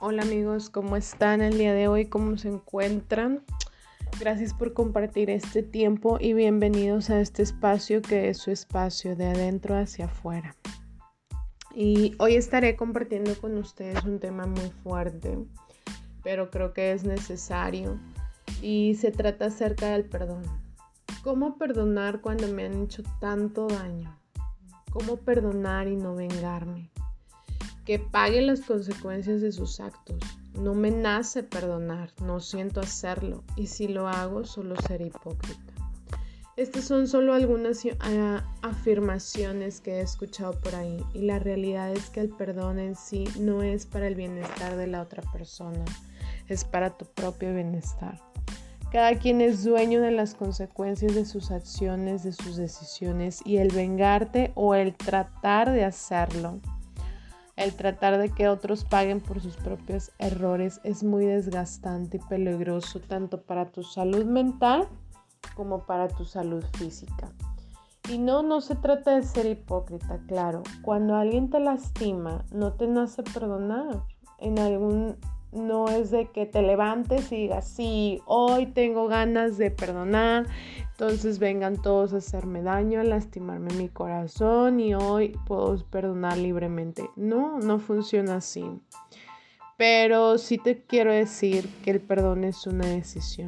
Hola amigos, ¿cómo están el día de hoy? ¿Cómo se encuentran? Gracias por compartir este tiempo y bienvenidos a este espacio que es su espacio de adentro hacia afuera. Y hoy estaré compartiendo con ustedes un tema muy fuerte, pero creo que es necesario y se trata acerca del perdón. ¿Cómo perdonar cuando me han hecho tanto daño? ¿Cómo perdonar y no vengarme? Que pague las consecuencias de sus actos. No me nace perdonar, no siento hacerlo, y si lo hago solo seré hipócrita. Estas son solo algunas afirmaciones que he escuchado por ahí, y la realidad es que el perdón en sí no es para el bienestar de la otra persona, es para tu propio bienestar. Cada quien es dueño de las consecuencias de sus acciones, de sus decisiones, y el vengarte o el tratar de hacerlo, el tratar de que otros paguen por sus propios errores es muy desgastante y peligroso tanto para tu salud mental como para tu salud física. Y no se trata de ser hipócrita, claro. Cuando alguien te lastima, no te nace perdonar. No es de que te levantes y digas, sí, hoy tengo ganas de perdonar, entonces vengan todos a hacerme daño, a lastimarme mi corazón y hoy puedo perdonar libremente. No funciona así. Pero sí te quiero decir que el perdón es una decisión.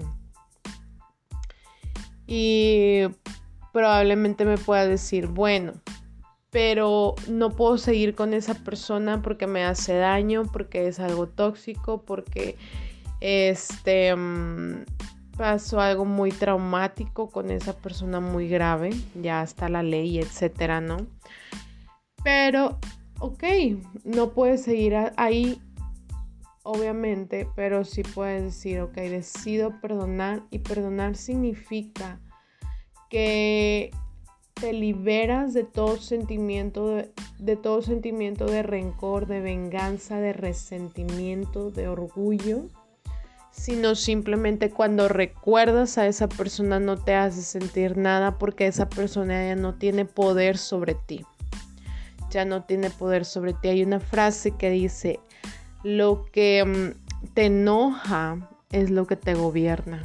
Y probablemente me puedas decir, bueno, pero no puedo seguir con esa persona porque me hace daño, porque es algo tóxico, porque pasó algo muy traumático con esa persona muy grave, ya está la ley, etcétera, ¿no? Pero, ok, no puedes seguir ahí, obviamente, pero sí puedes decir, ok, decido perdonar, y perdonar significa que te liberas de todo sentimiento de rencor, de venganza, de resentimiento, de orgullo, sino simplemente cuando recuerdas a esa persona no te hace sentir nada porque esa persona ya no tiene poder sobre ti. Ya no tiene poder sobre ti. Hay una frase que dice, lo que te enoja es lo que te gobierna.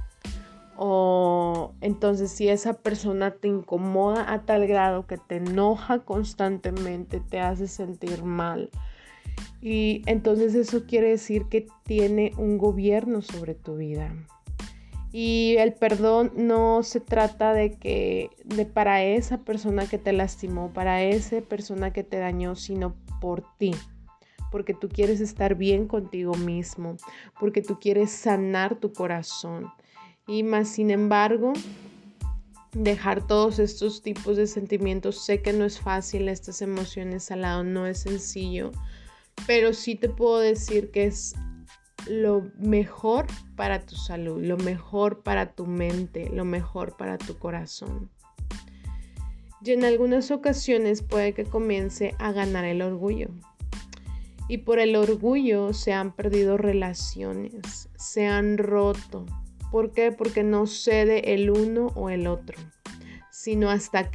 O entonces si esa persona te incomoda a tal grado que te enoja constantemente, te hace sentir mal, y entonces eso quiere decir que tiene un gobierno sobre tu vida. Y el perdón no se trata de para esa persona que te lastimó, para esa persona que te dañó, sino por ti. Porque tú quieres estar bien contigo mismo, porque tú quieres sanar tu corazón. Y más sin embargo, dejar todos estos tipos de sentimientos, sé que no es fácil, estas emociones al lado no es sencillo, pero sí te puedo decir que es lo mejor para tu salud, lo mejor para tu mente, lo mejor para tu corazón. Y en algunas ocasiones puede que comience a ganar el orgullo. Y por el orgullo se han perdido relaciones, se han roto. ¿Por qué? Porque no cede el uno o el otro, sino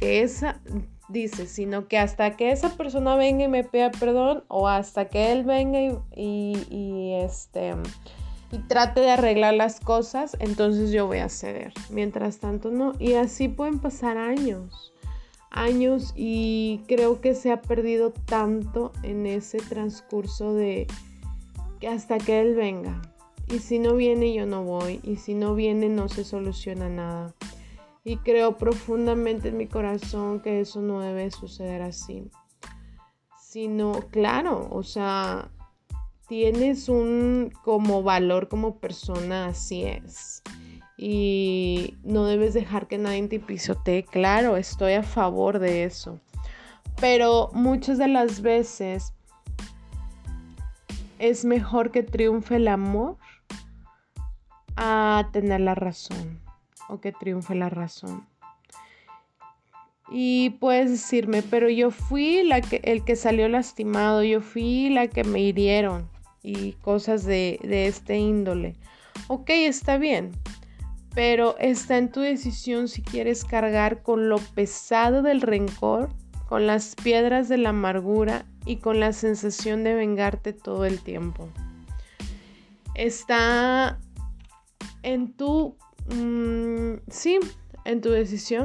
que hasta que esa persona venga y me pida perdón, o hasta que él venga y trate de arreglar las cosas, entonces yo voy a ceder. Mientras tanto no, y así pueden pasar años, y creo que se ha perdido tanto en ese transcurso de que hasta que él venga. Y si no viene, yo no voy. Y si no viene, no se soluciona nada. Y creo profundamente en mi corazón que eso no debe suceder así. Sino, claro, o sea, tienes un como valor como persona, así es. Y no debes dejar que nadie te pisotee. Claro, estoy a favor de eso. Pero muchas de las veces es mejor que triunfe el amor a tener la razón, o que triunfe la razón. Y puedes decirme, pero yo fui el que salió lastimado, yo fui la que me hirieron y cosas de este índole. Ok, está bien, pero está en tu decisión si quieres cargar con lo pesado del rencor, con las piedras de la amargura y con la sensación de vengarte todo el tiempo. Está en tu, sí, en tu decisión.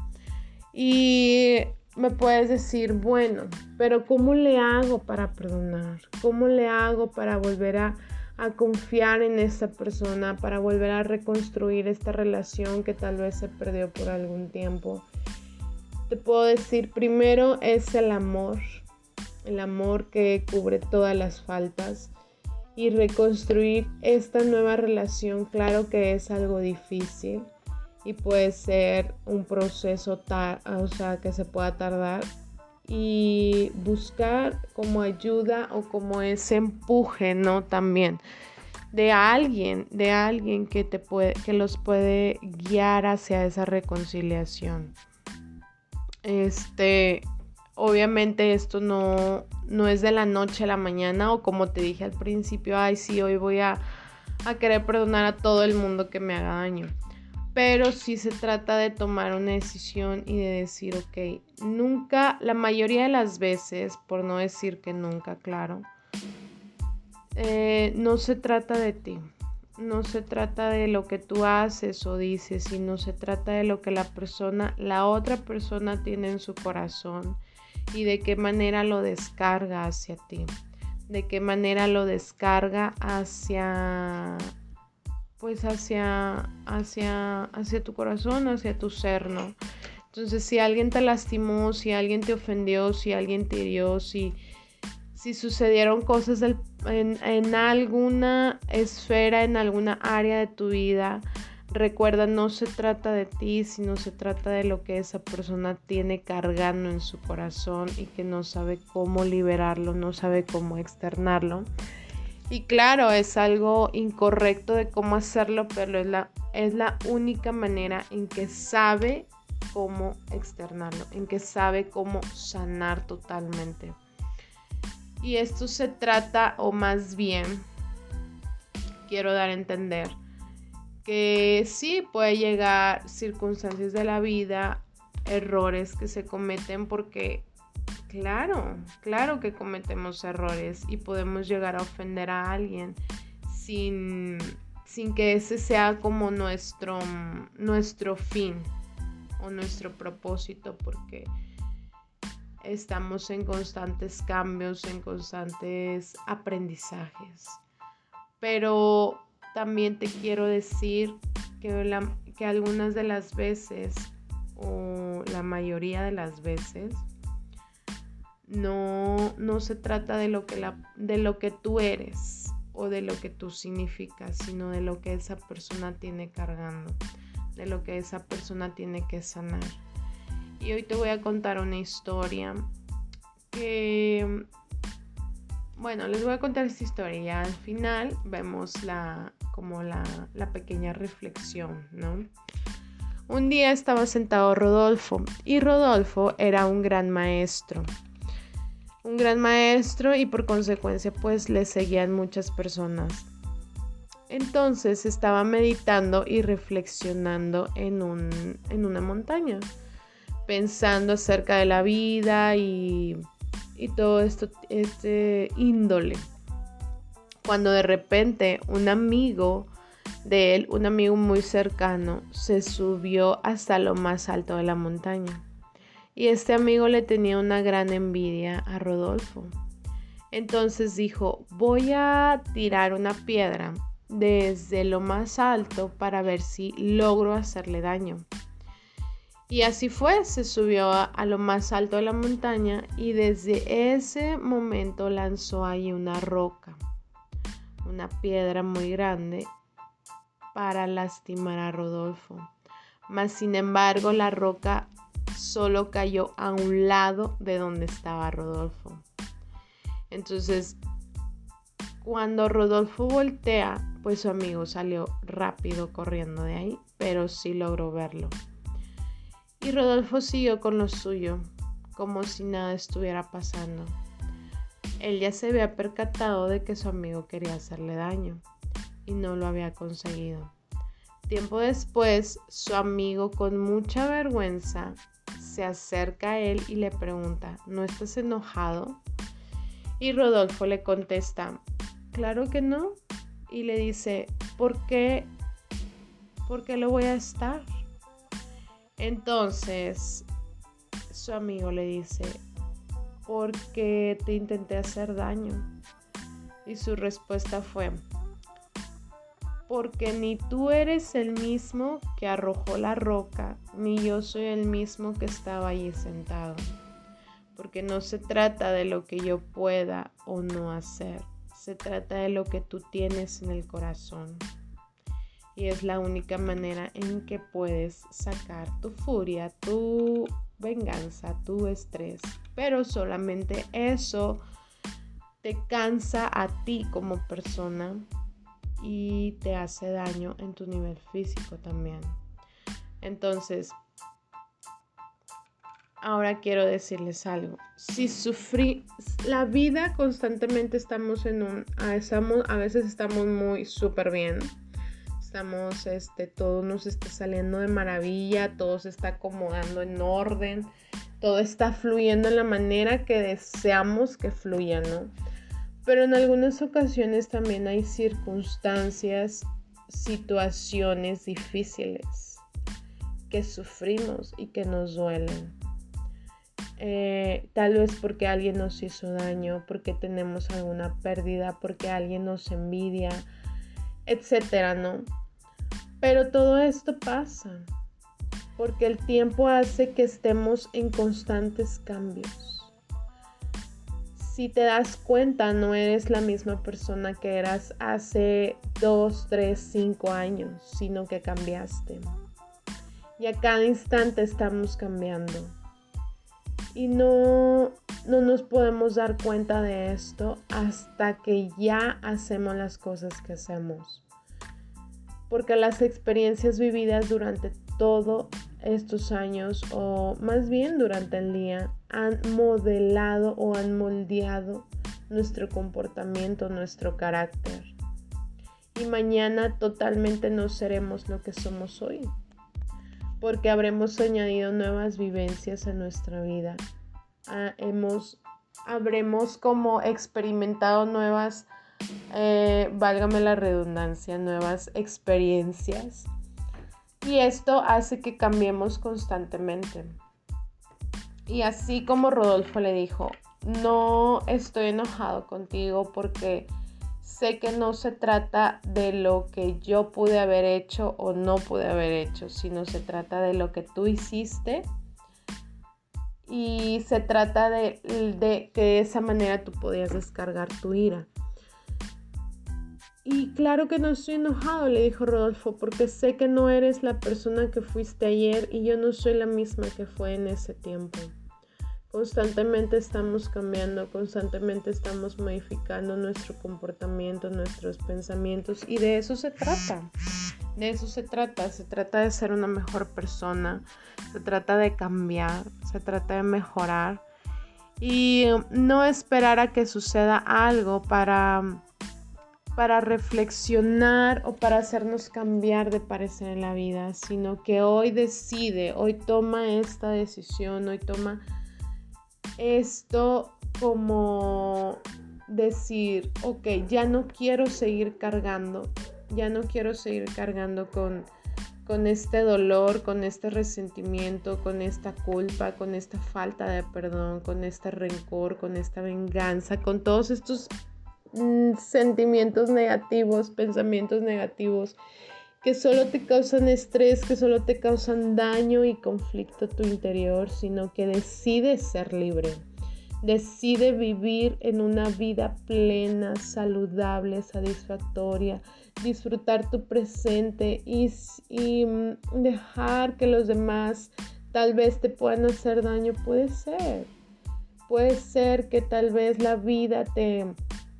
Y me puedes decir, bueno, pero ¿cómo le hago para perdonar? ¿Cómo le hago para volver a confiar en esta persona, para volver a reconstruir esta relación que tal vez se perdió por algún tiempo? Te puedo decir, primero es el amor que cubre todas las faltas, y reconstruir esta nueva relación. Claro que es algo difícil y puede ser un proceso que se pueda tardar, y buscar como ayuda o como ese empuje, ¿no? También de alguien que los puede guiar hacia esa reconciliación. Obviamente esto no es de la noche a la mañana, o como te dije al principio, ay sí, hoy voy a querer perdonar a todo el mundo que me haga daño. Pero sí se trata de tomar una decisión y de decir, ok, nunca, la mayoría de las veces, por no decir que nunca, claro, no se trata de ti. No se trata de lo que tú haces o dices, sino se trata de lo que la otra persona tiene en su corazón, y de qué manera lo descarga hacia ti, de qué manera lo descarga hacia tu corazón, hacia tu ser, ¿no? Entonces, si alguien te lastimó, si alguien te ofendió, si alguien te hirió, si sucedieron cosas en alguna esfera, en alguna área de tu vida, recuerda, no se trata de ti, sino se trata de lo que esa persona tiene cargando en su corazón y que no sabe cómo liberarlo, no sabe cómo externarlo. Y claro, es algo incorrecto de cómo hacerlo, pero es la única manera en que sabe cómo externarlo, en que sabe cómo sanar totalmente. Y esto se trata, o más bien, quiero dar a entender que sí puede llegar circunstancias de la vida, errores que se cometen, porque claro que cometemos errores y podemos llegar a ofender a alguien sin que ese sea como nuestro fin o nuestro propósito, porque estamos en constantes cambios, en constantes aprendizajes. Pero también te quiero decir que algunas de las veces, o la mayoría de las veces, no se trata de lo que tú eres o de lo que tú significas, sino de lo que esa persona tiene cargando, de lo que esa persona tiene que sanar. Y hoy te voy a contar una historia que, bueno, les voy a contar esta historia y al final vemos la pequeña reflexión, ¿no? Un día estaba sentado Rodolfo, y Rodolfo era un gran maestro y por consecuencia pues le seguían muchas personas. Entonces estaba meditando y reflexionando en una montaña, pensando acerca de la vida y todo esto, índole, cuando de repente un amigo de él, un amigo muy cercano, se subió hasta lo más alto de la montaña. Y este amigo le tenía una gran envidia a Rodolfo. Entonces dijo, voy a tirar una piedra desde lo más alto para ver si logro hacerle daño. Y así fue, se subió a lo más alto de la montaña y desde ese momento lanzó ahí una roca, una piedra muy grande para lastimar a Rodolfo. Mas sin embargo, la roca solo cayó a un lado de donde estaba Rodolfo. Entonces, cuando Rodolfo voltea, pues su amigo salió rápido corriendo de ahí, pero sí logró verlo. Y Rodolfo siguió con lo suyo, como si nada estuviera pasando. Él ya se había percatado de que su amigo quería hacerle daño y no lo había conseguido. Tiempo después, su amigo, con mucha vergüenza, se acerca a él y le pregunta, ¿no estás enojado? Y Rodolfo le contesta, claro que no, y le dice, ¿por qué lo voy a estar? Entonces su amigo le dice, porque te intenté hacer daño. Y su respuesta fue, porque ni tú eres el mismo que arrojó la roca, ni yo soy el mismo que estaba allí sentado. Porque no se trata de lo que yo pueda o no hacer, se trata de lo que tú tienes en el corazón. Y es la única manera en que puedes sacar tu furia, tu venganza, tu estrés. Pero solamente eso te cansa a ti como persona y te hace daño en tu nivel físico también. Entonces, ahora quiero decirles algo. Si la vida constantemente estamos a veces estamos muy súper bien. Estamos, todo nos está saliendo de maravilla, todo se está acomodando en orden, todo está fluyendo en la manera que deseamos que fluya, ¿no? Pero en algunas ocasiones también hay circunstancias, situaciones difíciles que sufrimos y que nos duelen. Tal vez porque alguien nos hizo daño, porque tenemos alguna pérdida, porque alguien nos envidia, etcétera, ¿no? Pero todo esto pasa porque el tiempo hace que estemos en constantes cambios. Si te das cuenta, no eres la misma persona que eras hace 2, 3, 5 años, sino que cambiaste. Y a cada instante estamos cambiando. Y no nos podemos dar cuenta de esto hasta que ya hacemos las cosas que hacemos. Porque las experiencias vividas durante todos estos años, o más bien durante el día, han modelado o han moldeado nuestro comportamiento, nuestro carácter. Y mañana totalmente no seremos lo que somos hoy, porque habremos añadido nuevas vivencias a nuestra vida. Habremos como experimentado nuevas, válgame la redundancia, nuevas experiencias. Y esto hace que cambiemos constantemente. Y así como Rodolfo le dijo, no estoy enojado contigo porque sé que no se trata de lo que yo pude haber hecho o no pude haber hecho, sino se trata de lo que tú hiciste y se trata de que de esa manera tú podías descargar tu ira. Y claro que no estoy enojado, le dijo Rodolfo, porque sé que no eres la persona que fuiste ayer y yo no soy la misma que fue en ese tiempo. Constantemente estamos cambiando, constantemente estamos modificando nuestro comportamiento, nuestros pensamientos y de eso se trata. De eso se trata de ser una mejor persona, se trata de cambiar, se trata de mejorar y no esperar a que suceda algo para reflexionar o para hacernos cambiar de parecer en la vida, sino que hoy toma esta decisión, hoy toma esto como decir, ok, ya no quiero seguir cargando con este dolor, con este resentimiento, con esta culpa, con esta falta de perdón, con este rencor, con esta venganza, con todos estos sentimientos negativos, pensamientos negativos que solo te causan estrés, que solo te causan daño y conflicto a tu interior, sino que decides ser libre. Decide vivir en una vida plena, saludable, satisfactoria, disfrutar tu presente y dejar que los demás tal vez te puedan hacer daño. Puede ser que tal vez la vida te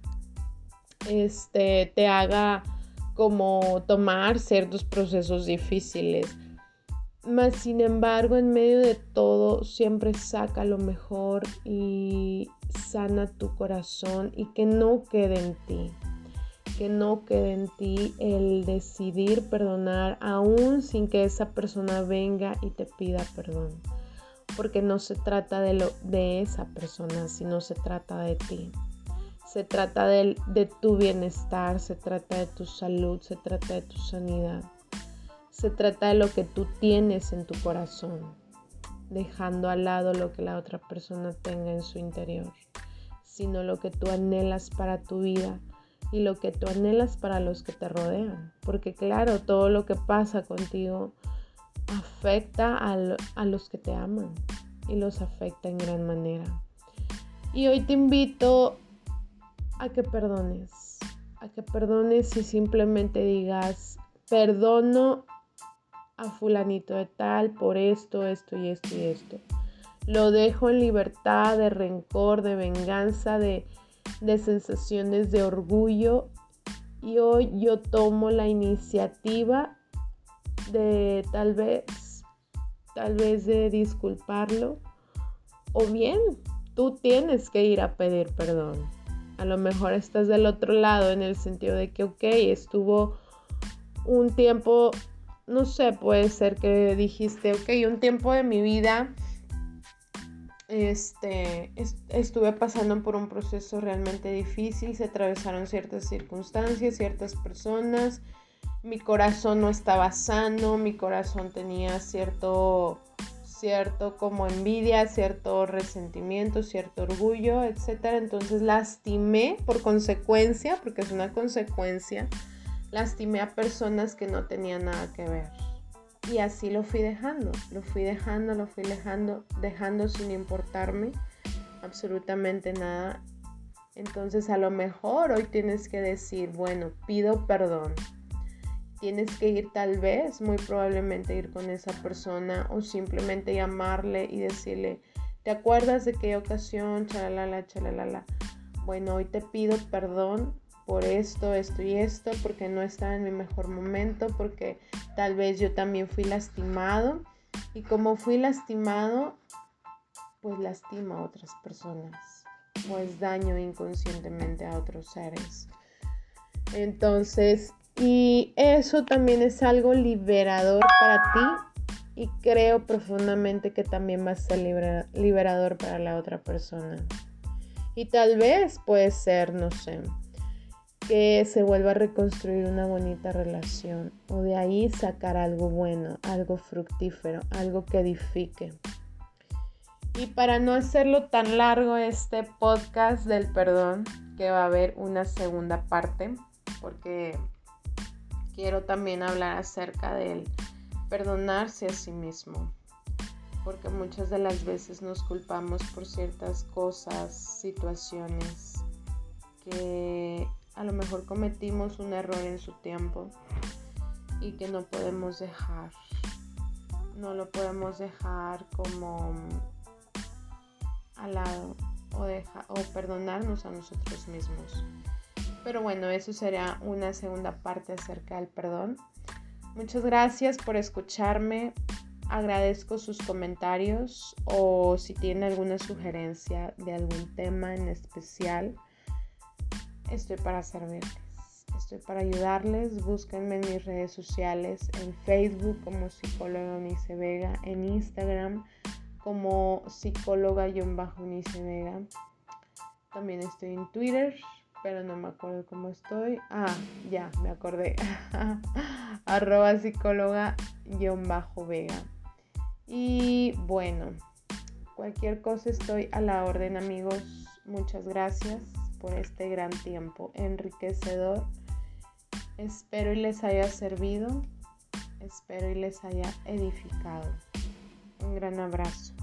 haga como tomar ciertos procesos difíciles, mas sin embargo en medio de todo siempre saca lo mejor y sana tu corazón y que no quede en ti el decidir perdonar aún sin que esa persona venga y te pida perdón, porque no se trata de esa persona, sino se trata de ti. Se trata de tu bienestar, se trata de tu salud, se trata de tu sanidad. Se trata de lo que tú tienes en tu corazón, dejando al lado lo que la otra persona tenga en su interior, sino lo que tú anhelas para tu vida y lo que tú anhelas para los que te rodean. Porque claro, todo lo que pasa contigo afecta a los que te aman y los afecta en gran manera. Y hoy te invito a que perdones y simplemente digas, perdono a fulanito de tal por esto y esto. Lo dejo en libertad de rencor, de venganza, de sensaciones de orgullo. Y hoy yo tomo la iniciativa de tal vez de disculparlo. O bien, tú tienes que ir a pedir perdón. A lo mejor estás del otro lado en el sentido de que, estuvo un tiempo, no sé, puede ser que dijiste, un tiempo de mi vida estuve pasando por un proceso realmente difícil, se atravesaron ciertas circunstancias, ciertas personas, mi corazón no estaba sano, mi corazón tenía cierto como envidia, cierto resentimiento, cierto orgullo, etcétera. Entonces lastimé por consecuencia, porque es una consecuencia, lastimé a personas que no tenían nada que ver. Y así lo fui dejando sin importarme absolutamente nada. Entonces a lo mejor hoy tienes que decir, bueno, pido perdón. Tienes que ir tal vez, muy probablemente ir con esa persona o simplemente llamarle y decirle, ¿te acuerdas de qué ocasión? Chalalala. Bueno, hoy te pido perdón por esto y esto, porque no estaba en mi mejor momento, porque tal vez yo también fui lastimado. Y como fui lastimado, pues lastimo a otras personas, pues daño inconscientemente a otros seres. Entonces, y eso también es algo liberador para ti y creo profundamente que también va a ser liberador para la otra persona. Y tal vez puede ser, no sé, que se vuelva a reconstruir una bonita relación o de ahí sacar algo bueno, algo fructífero, algo que edifique. Y para no hacerlo tan largo este podcast del perdón, que va a haber una segunda parte, porque quiero también hablar acerca del perdonarse a sí mismo, porque muchas de las veces nos culpamos por ciertas cosas, situaciones que a lo mejor cometimos un error en su tiempo y que no podemos dejar. No lo podemos dejar como al lado o perdonarnos a nosotros mismos. Pero bueno, eso será una segunda parte acerca del perdón. Muchas gracias por escucharme. Agradezco sus comentarios o si tienen alguna sugerencia de algún tema en especial. Estoy para servirles. Estoy para ayudarles. Búsquenme en mis redes sociales, en Facebook como psicóloga Eunice Vega, en Instagram como psicóloga-Eunice Vega. También estoy en Twitter, pero no me acuerdo cómo estoy. Ya, me acordé. @psicóloga-vega. Y bueno, cualquier cosa estoy a la orden, amigos. Muchas gracias por este gran tiempo enriquecedor. Espero y les haya servido. Espero y les haya edificado. Un gran abrazo.